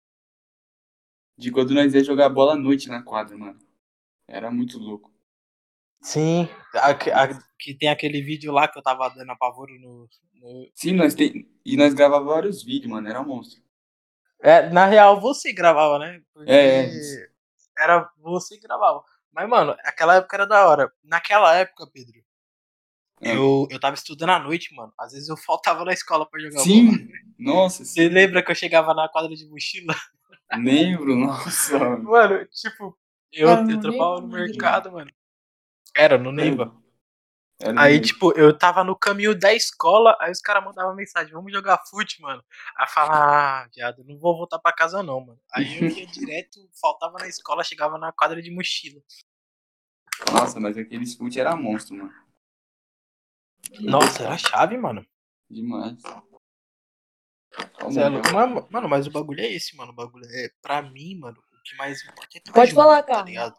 de quando nós ia jogar bola à noite na quadra, mano. Era muito louco. Sim, que tem aquele vídeo lá que eu tava dando apavoro no... Sim, e nós gravava vários vídeos, mano. Era monstro. Na real, você gravava, né? Porque Isso. era você que gravava. Mas, mano, aquela época era da hora. Naquela época, Pedro, eu tava estudando à noite, mano. Às vezes eu faltava na escola pra jogar bola. Sim! Nossa, sim. Você lembra que eu chegava na quadra de mochila? Lembro, nossa. Mano, tipo, eu trabalhava no mercado, mano. Era no Neiva. Aí, tipo, eu tava no caminho da escola, aí os caras mandavam mensagem, vamos jogar fute, mano. Aí eu falava, viado, não vou voltar pra casa não, mano. Aí eu ia direto, faltava na escola, chegava na quadra de mochila. Nossa, mas aqueles fute era monstro, mano. Nossa, era chave, mano. Demais. Você é louco. Mano, mas o bagulho é esse, mano. O bagulho é, pra mim, mano, o que mais importa é estar Pode junto, falar, tá cara. ligado?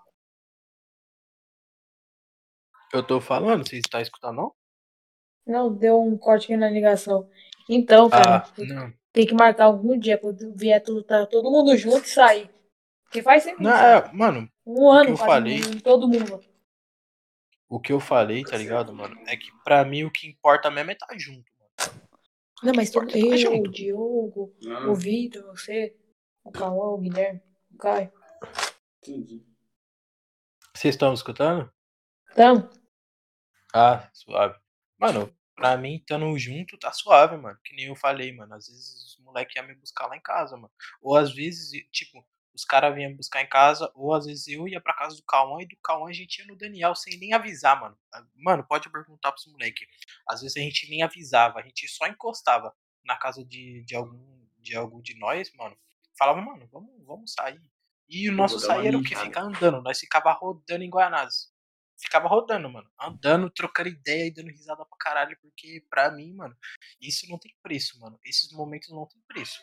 Eu tô falando, você está escutando, não? Não, deu um corte aqui na ligação. Então, cara, não. tem que marcar algum dia quando vier tá todo mundo junto e sair. Porque faz sempre Não, isso. mano, Um ano que eu quase falei, todo mundo. o que eu falei, tá ligado, mano? É que pra mim o que importa mesmo é estar junto, mano. Não, mas todo, Importa é tá eu, o junto. Diogo, o Vitor, você, o Cauã, o Guilherme, o Caio. Entendi. Vocês estão me escutando? Então, Suave. Mano, pra mim, estando junto, tá suave, mano. Que nem eu falei, mano. Às vezes os moleques iam me buscar lá em casa, mano. Ou às vezes, tipo, os caras vinham me buscar em casa, ou às vezes eu ia pra casa do Cauã e do Cauã a gente ia no Daniel sem nem avisar, mano. Mano, pode perguntar pros moleques. Às vezes a gente nem avisava, a gente só encostava na casa de algum de nós, mano. Falava, mano, vamos sair. E o nosso sair era o que? Ficar andando. Nós ficava rodando em Guanás. Ficava rodando, mano. Andando, trocando ideia e dando risada pra caralho. Porque, pra mim, mano, isso não tem preço, mano. Esses momentos não tem preço.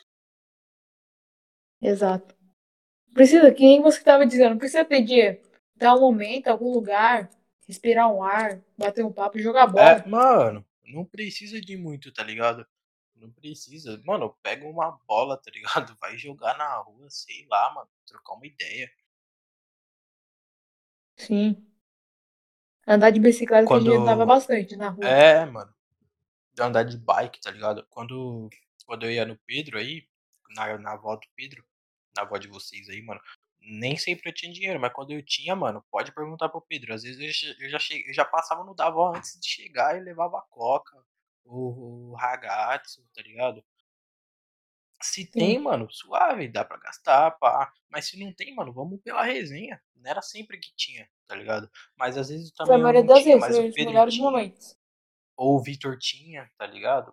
exato. Precisa, que nem você tava dizendo, não precisa ter dinheiro. Dar um momento, algum lugar, respirar um ar, bater um papo, jogar bola. Mano, não precisa de muito, tá ligado? Não precisa. Mano, pega uma bola, tá ligado? Vai jogar na rua, sei lá, mano. Trocar uma ideia. Sim. Andar de bicicleta que a gente andava bastante na rua. Mano. Andar de bike, tá ligado? Quando eu ia no Pedro aí, na avó do Pedro, na avó de vocês aí, mano, nem sempre eu tinha dinheiro, mas quando eu tinha, mano, pode perguntar pro Pedro. Às vezes eu já passava no da avó antes de chegar e levava a coca, o ragazzo, tá ligado? Se tem, mano, suave, dá pra gastar, pá. Mas se não tem, mano, vamos pela resenha. Não era sempre que tinha, tá ligado? Mas às vezes também eu não tinha, mas o Pedro melhores tinha. momentos. Ou o Vitor tinha, tá ligado?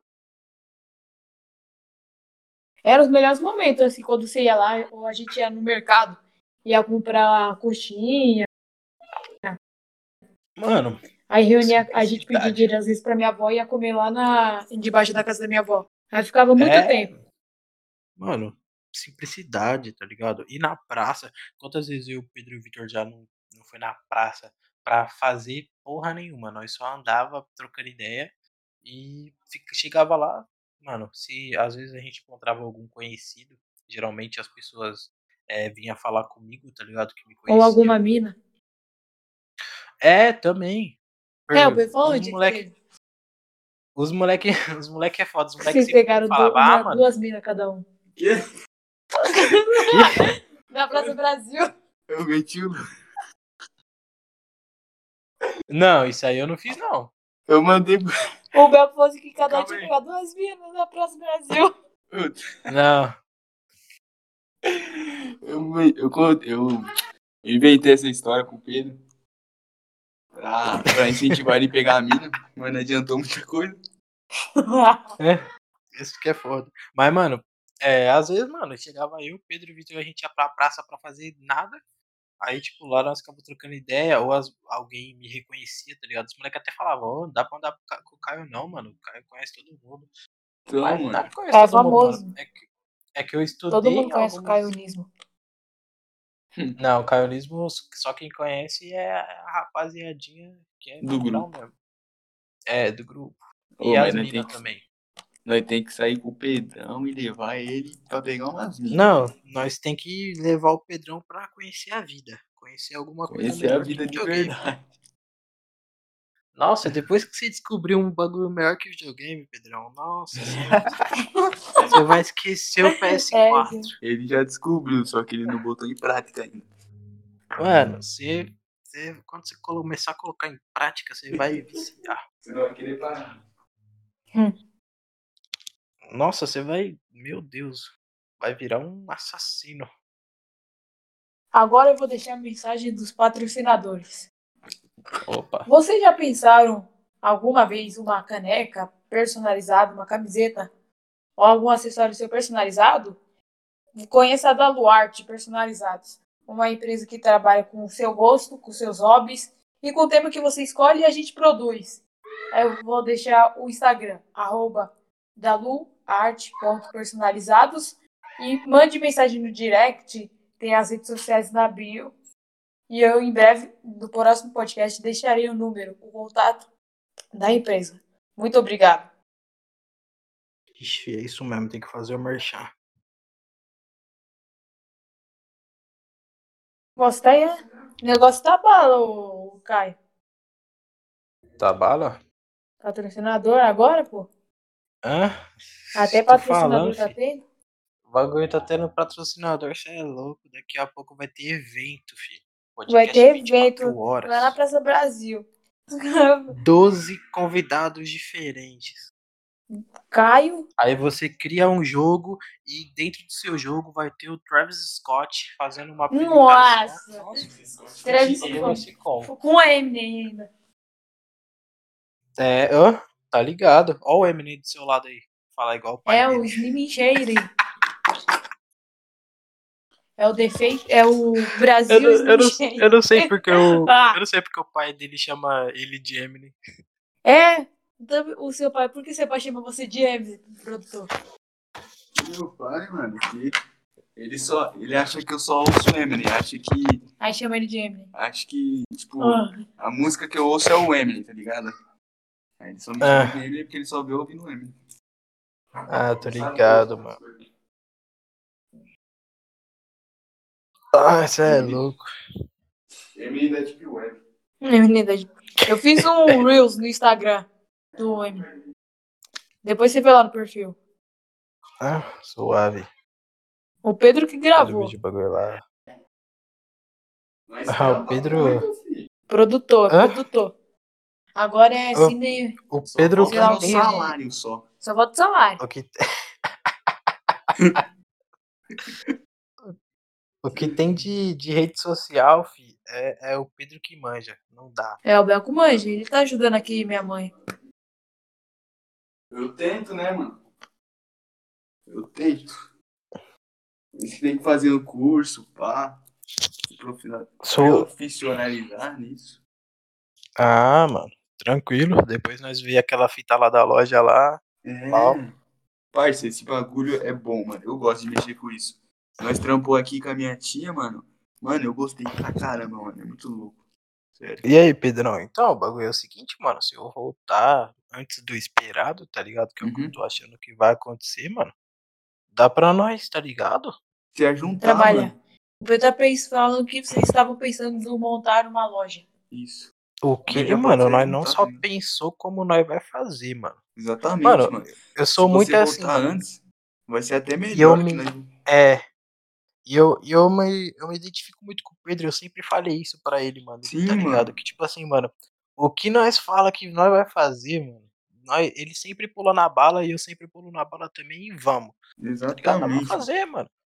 Eram os melhores momentos, assim, quando você ia lá, ou a gente ia no mercado, ia comprar coxinha. Mano. Aí reunia, a gente pedia dinheiro às vezes pra minha avó e ia comer lá debaixo da casa da minha avó. Aí ficava muito tempo. Mano, simplicidade, tá ligado? E na praça, quantas vezes eu, Pedro e o Vitor já não foi na praça pra fazer porra nenhuma? Nós só andava trocando ideia e chegava lá, mano, se às vezes a gente encontrava algum conhecido, geralmente as pessoas vinham falar comigo, tá ligado? Que me conheciam. Ou alguma mina. Também. O pessoal os moleque, os moleque é foda, os moleque vocês pegaram falavam, duas minas cada um. Que? Na Praça Brasil. Eu meti o... Não, isso aí eu não fiz, não. Eu mandei... O Bel falou assim que cada um tinha pegado duas minas na Praça Brasil. Não. Eu inventei essa história com o Pedro pra incentivar ele a pegar a mina, mas não adiantou muita coisa. Isso que é foda. Mas, mano, às vezes, mano, chegava eu, Pedro e o Vitor, a gente ia pra praça pra fazer nada. Aí, tipo, lá nós ficávamos trocando ideia, ou alguém me reconhecia, tá ligado? Os moleques até falavam, ó, não dá pra andar com o Caio não, mano. O Caio conhece todo mundo. Então, Mas não dá mano. pra conhecer Caio é todo mundo, famoso. mano. É que eu estudei Todo mundo conhece o algumas... caionismo. Não, o caionismo, só quem conhece é a rapaziadinha que é Do natural grupo. mesmo. É, do grupo. Ô, E mas as nós minas também. nós tem que sair com o Pedrão e levar ele pra pegar umas minas. Não, nós tem que levar o Pedrão pra conhecer a vida. Conhecer alguma coisa Conhecer a melhor vida que de videogame. verdade. Nossa, depois que você descobriu um bagulho melhor que videogame, Pedrão, nossa, você vai esquecer o PS4. Ele já descobriu, só que ele não botou em prática ainda. Mano, quando você começar a colocar em prática, você vai viciar. Você não vai querer parar. Nossa, você vai, meu Deus, vai virar um assassino. Agora eu vou deixar a mensagem dos patrocinadores. Opa. Vocês já pensaram alguma vez uma caneca personalizada, uma camiseta ou algum acessório seu personalizado? Conheça a da Luarte Personalizados, uma empresa que trabalha com o seu gosto, com seus hobbies e com o tema que você escolhe e a gente produz. Eu vou deixar o Instagram, @daluarte.personalizados e mande mensagem no direct, tem as redes sociais na bio. E eu, em breve, no próximo podcast, deixarei o número, o contato da empresa. Muito obrigado. Ixi, é isso mesmo, tem que fazer o merchan. Gostei, né? O negócio tá bala, ô Caio. Tá bala? Patrocinador agora, pô? Hã? Até Tô patrocinador falando, tá filho. tendo? O bagulho tá tendo patrocinador, você é louco. Daqui a pouco vai ter evento, filho. Vai Podcast ter 24 evento horas. lá na Praça Brasil. 12 convidados diferentes. Caio. Aí você cria um jogo e dentro do seu jogo vai ter o Travis Scott fazendo uma apresentação. Nossa! Travis Scott. Com a Eminem ainda. Tá ligado? Ó o Eminem do seu lado aí. Falar igual o pai dele. O Slim Shady. É o defeito, é o Brasil Slim Shady. Eu não sei porque eu não sei porque o pai dele chama ele de Eminem. O seu pai, por que seu pai chama você de Eminem, produtor? Meu pai, mano, ele acha que eu só ouço Eminem, Aí chama ele de Eminem. Acho que, tipo, a música que eu ouço é o Eminem, tá ligado? Aí ele só me chama de Eminem porque ele só vê ouvindo Eminem. Ah, tô ligado, mano. Ah, você é louco. Eminem da Deep Web. Eu fiz um Reels no Instagram do Eminem. Depois você vê lá no perfil. Ah, suave. O Pedro que gravou. Vídeo bagulho lá. O Pedro. Produtor. Agora é cine. O Pedro que é salário só. Só falta o salário. O que tem de rede social, fi, é o Pedro que manja. Não dá. É o Belco manja. Ele tá ajudando aqui minha mãe. Eu tento, né, mano? Eu tento. Você tem que fazer um curso, pá. Profissionalizar nisso. Ah, mano. Tranquilo. Depois nós vemos aquela fita lá da loja lá. Parça, esse bagulho é bom, mano. Eu gosto de mexer com isso. Nós trampou aqui com a minha tia, mano. Mano, eu gostei pra caramba, mano. É muito louco. Sério. E aí, Pedrão? Então, o bagulho é o seguinte, mano. Se eu voltar antes do esperado, tá ligado? Que é o que eu tô achando que vai acontecer, mano. Dá pra nós, tá ligado? Se ajuntar, trabalhar. Mano. O Pedro tá falando que vocês estavam pensando em montar uma loja. Isso. O que, mano, nós não só pensou como nós vai fazer, mano. Exatamente, mano. Eu sou muito assim, mano. Antes, vai ser até melhor. E eu me identifico muito com o Pedro, eu sempre falei isso pra ele, mano. Sim, tá ligado? Mano. Que tipo assim, mano, o que nós fala que nós vai fazer, mano, ele sempre pula na bala e eu sempre pulo na bala também e vamos. Exatamente. Tá ligado? Nós vamos fazer, mano.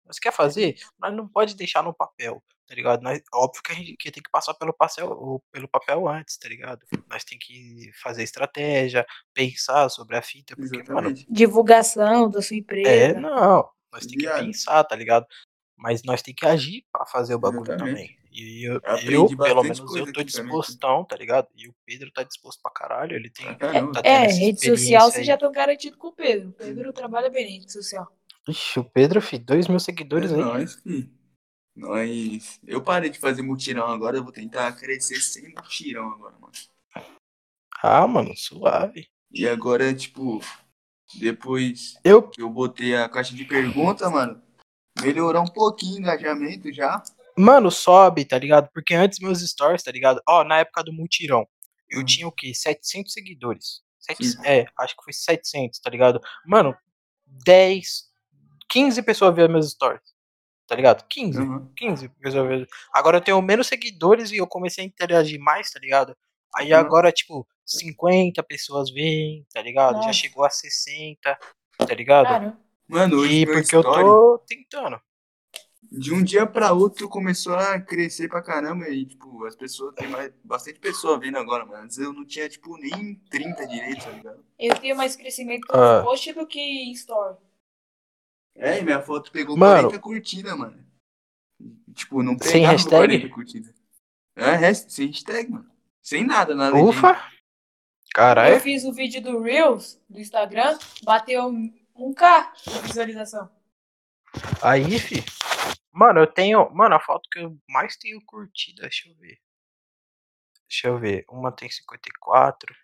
Nós quer fazer, nós não pode deixar no papel, tá ligado? Óbvio que a gente tem que passar pelo papel antes, tá ligado? Nós tem que fazer estratégia, pensar sobre a fita, porque, mano, Exatamente. Divulgação da sua empresa. não, nós tem que Viado. pensar, tá ligado? Mas nós tem que agir pra fazer o bagulho também. Exatamente. E Eu eu, aprendi pelo bastante menos, eu coisa tô aqui também. dispostão, tá ligado? E o Pedro tá disposto pra caralho, ele Pra tem, caramba. tá tendo essa Rede social, experiência vocês aí. já estão garantidos com o Pedro. O Pedro trabalha bem na rede social. Ixi, o Pedro, filho, 2.000 É seguidores aí. nóis, filho. Nós. Eu parei de fazer mutirão agora, eu vou tentar crescer sem mutirão agora, mano. Ah, mano, suave. E agora, tipo, depois Eu, que eu botei a caixa de pergunta, mano, melhorou um pouquinho o engajamento já. mano, sobe, tá ligado? Porque antes meus stories, tá ligado? Ó, na época do mutirão, eu tinha o quê? 700 seguidores. Sim. Acho que foi 700, tá ligado? Mano, 10, 15 pessoas viram meus stories, tá ligado? 15 Uhum. 15 pessoas viram. Agora eu tenho menos seguidores e eu comecei a interagir mais, tá ligado? Aí Uhum. agora, tipo, 50 pessoas veem, tá ligado? Já Nossa. chegou a 60, tá ligado? Caramba. Mano, hoje E meu porque eu story, tô tentando. de um dia pra outro, começou a crescer pra caramba. E, tipo, as pessoas, tem bastante pessoa vendo agora, mano. Antes eu não tinha, tipo, nem 30 direito, tá ligado? Eu tenho mais crescimento com Ah. post do que em story. É, e minha foto pegou Mano. 40 curtidas, mano. Tipo, não Sem pegava hashtag? 40 curtidas. Sem hashtag, mano. Sem nada na legenda. Ufa! Caralho. Eu fiz o vídeo do Reels, do Instagram, bateu 1K de visualização. Aí, fi. Mano, eu tenho. Mano, a foto que eu mais tenho curtida, deixa eu ver. Uma tem 54.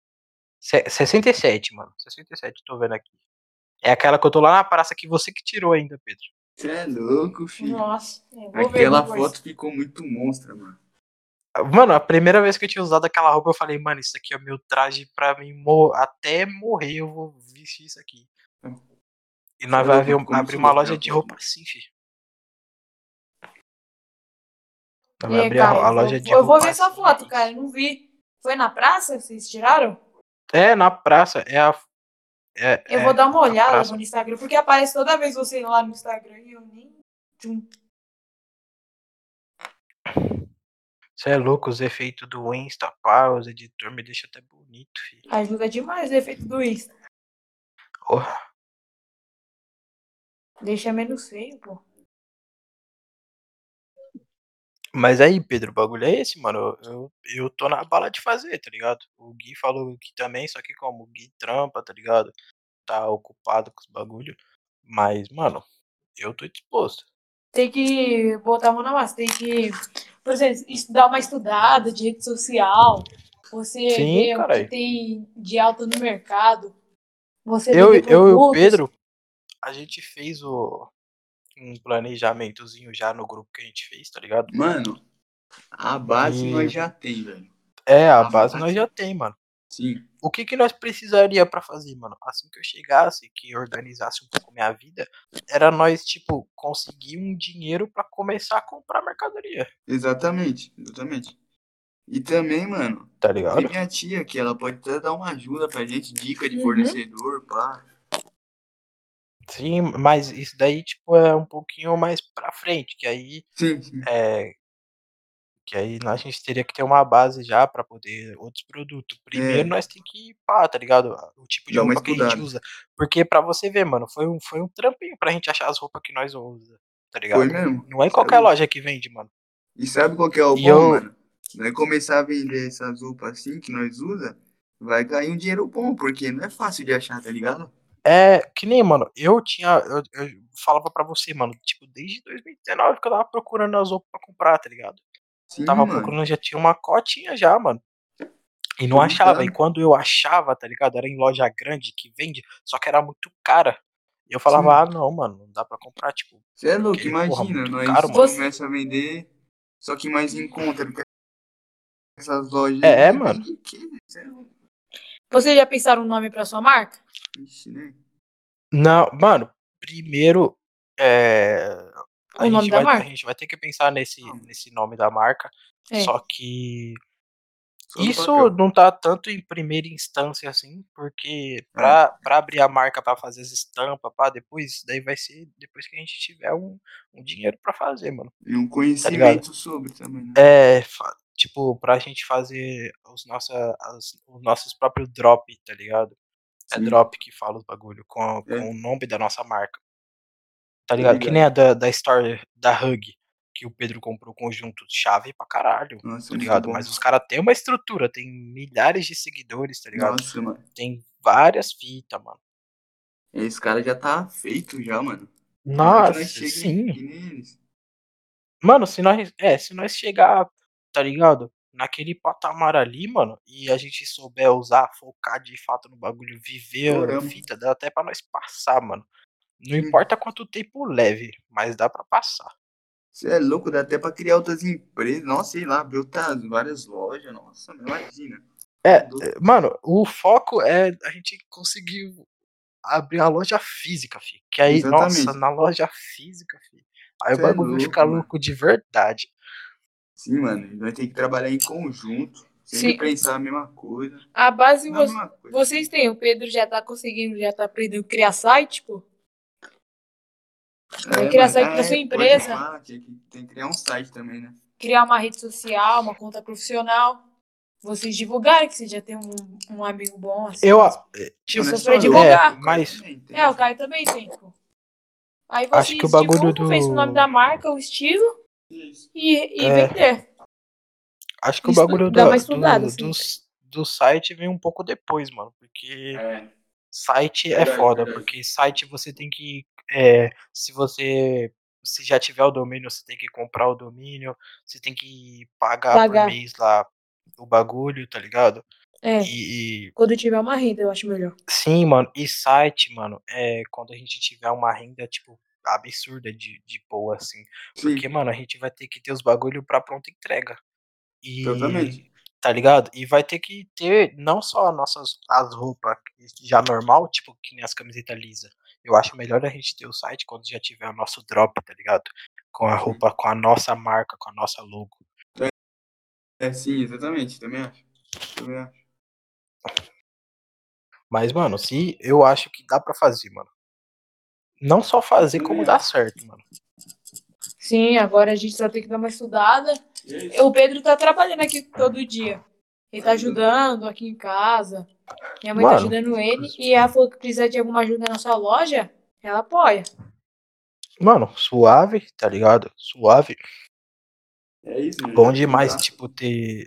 67, mano. 67, tô vendo aqui. É aquela que eu tô lá na praça que você que tirou ainda, Pedro. Você é louco, filho. Nossa, eu vou ver Aquela depois. foto ficou muito monstra, mano. Mano, a primeira vez que eu tinha usado aquela roupa, eu falei, mano, isso aqui é o meu traje pra mim até morrer, eu vou vestir isso aqui. E nós vamos abrir uma loja de roupa assim, fi. Nós vamos abrir a loja de roupa. Eu vou ver essa assim, foto, cara. Eu não vi. Foi na praça? Vocês tiraram? É, na praça. Eu vou dar uma olhada praça. no Instagram, porque aparece toda vez você lá no Instagram e eu nem. Você é louco, os efeitos do Insta, pá, os editor me deixa até bonito, filho. Ajuda demais o efeito do Insta. Porra. Deixa menos feio, pô. Mas aí, Pedro, o bagulho é esse, mano. Eu tô na bala de fazer, tá ligado? O Gui falou que também, só que como o Gui trampa, tá ligado? Tá ocupado com os bagulho. Mas, mano, eu tô disposto. Tem que botar a mão na massa. Tem que, por exemplo, dar uma estudada de rede social. Você vê o que tem de alta no mercado. Você eu vender e o produtos. Pedro, a gente fez um planejamentozinho já no grupo que a gente fez, tá ligado? Mano, a base nós já tem, velho. É, a base nós já tem, mano. Sim. O que nós precisaria pra fazer, mano? Assim que eu chegasse, que organizasse um pouco minha vida, era nós, tipo, conseguir um dinheiro pra começar a comprar mercadoria. Exatamente. E também, mano, tá ligado? tem minha tia que ela pode até dar uma ajuda pra gente, dica de fornecedor, pá. Sim, mas isso daí, tipo, é um pouquinho mais pra frente, que aí Sim. que aí a gente teria que ter uma base já pra poder outros produtos. Primeiro nós tem que pá, tá ligado? O tipo de roupa que a gente usa. Porque pra você ver, mano, foi um trampinho pra gente achar as roupas que nós usamos, tá ligado? Foi mesmo. Não é em qualquer loja que vende, mano. E sabe qual que é o bom, mano? Nós começar a vender essas roupas assim que nós usa, vai cair um dinheiro bom, porque não é fácil de achar, tá ligado? É, que nem, mano, eu falava pra você, mano, tipo, desde 2019 que eu tava procurando as roupas pra comprar, tá ligado? Sim, Tava mano. procurando, já tinha uma cotinha já, mano. E não achava. E quando eu achava, tá ligado? Era em loja grande que vende, só que era muito cara. E eu falava, ah, não, mano, não dá pra comprar, tipo. Você é louco, porque, imagina, porra, muito nós caro, mano. começa a vender, só que mais em conta, porque essas lojas mano. Vocês já pensaram um nome pra sua marca? Ixi, né? Não, mano, primeiro. O nome da marca? A gente vai ter que pensar nesse nome da marca. Só que Só no Isso papel. não tá tanto em primeira instância assim, porque É. pra abrir a marca pra fazer as estampas, pá, depois, daí vai ser depois que a gente tiver um dinheiro pra fazer, mano. E um Tá ligado? conhecimento sobre também, né? Tipo, pra gente fazer os nossos próprios drop, tá ligado? É Sim. drop que fala os bagulho, com É. o nome da nossa marca. Tá Tô ligado? Que nem a ligado. da Store da Hug, que o Pedro comprou conjunto chave pra caralho, Nossa, tá muito ligado? bom. Mas os caras têm uma estrutura, tem milhares de seguidores, tá ligado? Nossa, mano. Tem várias fitas, mano. Esse cara já tá feito já, mano. Vai que nós Nossa, chega sim. que nem eles. Mano, se nós chegar, tá ligado? Naquele patamar ali, mano, e a gente souber usar, focar de fato no bagulho, viver a Estouramos. fita, dá até pra nós passar, mano. Não Sim. importa quanto tempo leve, mas dá pra passar. Você é louco, dá até pra criar outras empresas. Nossa, sei lá, abrir várias lojas. Nossa, imagina. Mano, o foco é a gente conseguir abrir a loja física, fi. Que aí, nossa, Exatamente. na loja física, fi. Aí o Você é bagulho vai ficar louco, mano. louco de verdade. Sim, mano. Nós temos que trabalhar em conjunto. Sempre Sim. pensar a mesma coisa. A base Não é a mesma coisa. vocês têm. O Pedro já tá conseguindo, já tá aprendendo a criar site, pô. Vai criar mano. site pra sua Pode empresa. falar, tem que criar um site também, né? Criar uma rede social, uma conta profissional. Vocês divulgarem que você já tem um amigo bom, assim. Eu, Não, tipo, não é só só pra eu, divulgar. o Caio mas também tem. É, o Caio também tem, pô. Aí acho que o vocês bagulho divulgam, fez o nome da marca, o estilo Isso. e É. vender. Acho que o bagulho Dá uma estudada, assim. do site vem um pouco depois, mano. Porque É. site é Verdade, foda. verdade. Porque site você tem que. Se já tiver o domínio, você tem que comprar o domínio. Você tem que pagar por mês lá o bagulho, tá ligado? É. Quando tiver uma renda, eu acho melhor. Sim, mano. E site, mano, quando a gente tiver uma renda, tipo, absurda de boa, assim. Porque, Sim. mano, a gente vai ter que ter os bagulho pra pronta entrega. Exatamente. Tá ligado? E vai ter que ter não só as roupas já normal, tipo, que nem as camisetas lisa. Eu acho melhor a gente ter o site quando já tiver o nosso drop, tá ligado? Com a roupa, com a nossa marca, com a nossa logo. Sim, exatamente. Também acho. Mas, mano, se eu acho que dá pra fazer, mano. Não só fazer, como dar certo, mano. Sim, agora a gente só tem que dar uma estudada. O Pedro tá trabalhando aqui todo dia. Ele tá ajudando aqui em casa. Minha mãe tá ajudando ele. E ela falou que precisar de alguma ajuda na sua loja, ela apoia. Mano, suave, tá ligado? Suave. É isso, Bom demais, tipo, ter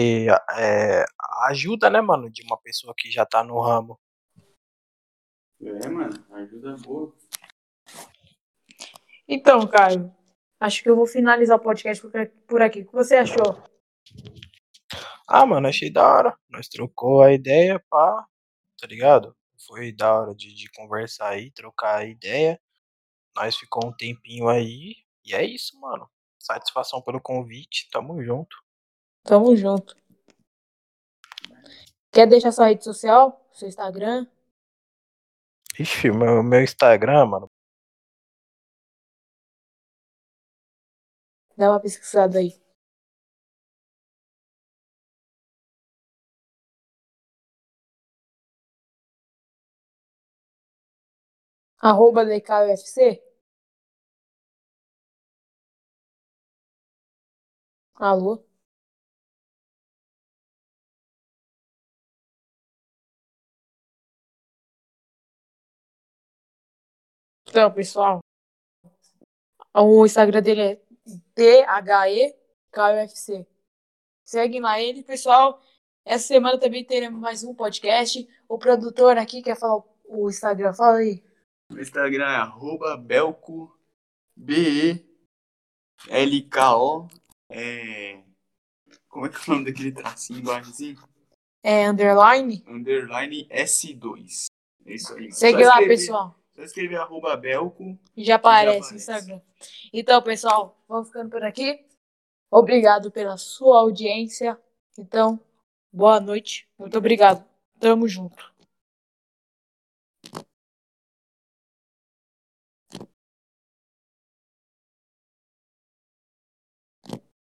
ajuda, né, mano? De uma pessoa que já tá no ramo. Mano, ajuda boa. Então, Caio, acho que eu vou finalizar o podcast por aqui. O que você achou? Ah, mano, achei da hora. Nós trocou a ideia, pá, tá ligado? Foi da hora de conversar aí, trocar a ideia. Nós ficou um tempinho aí. E é isso, mano. Satisfação pelo convite. Tamo junto. Tamo junto. Quer deixar sua rede social? Seu Instagram? Ixi, meu Instagram, mano. Dá uma pesquisada aí. @DKUFC? Alô? Então, pessoal, o Instagram dele é THEKUFC. Seguem lá ele, pessoal. Essa semana também teremos mais um podcast. O produtor aqui quer falar o Instagram. Fala aí. O Instagram é @belco, BELKO. Como é que é o nome daquele tracinho embaixo assim? Underline? Underline S2. É isso aí. Segue lá, pessoal. Só escrever @belco e já aparece no Instagram. Então, pessoal, vamos ficando por aqui. Obrigado pela sua audiência. Então, boa noite. Muito obrigado. Tamo junto.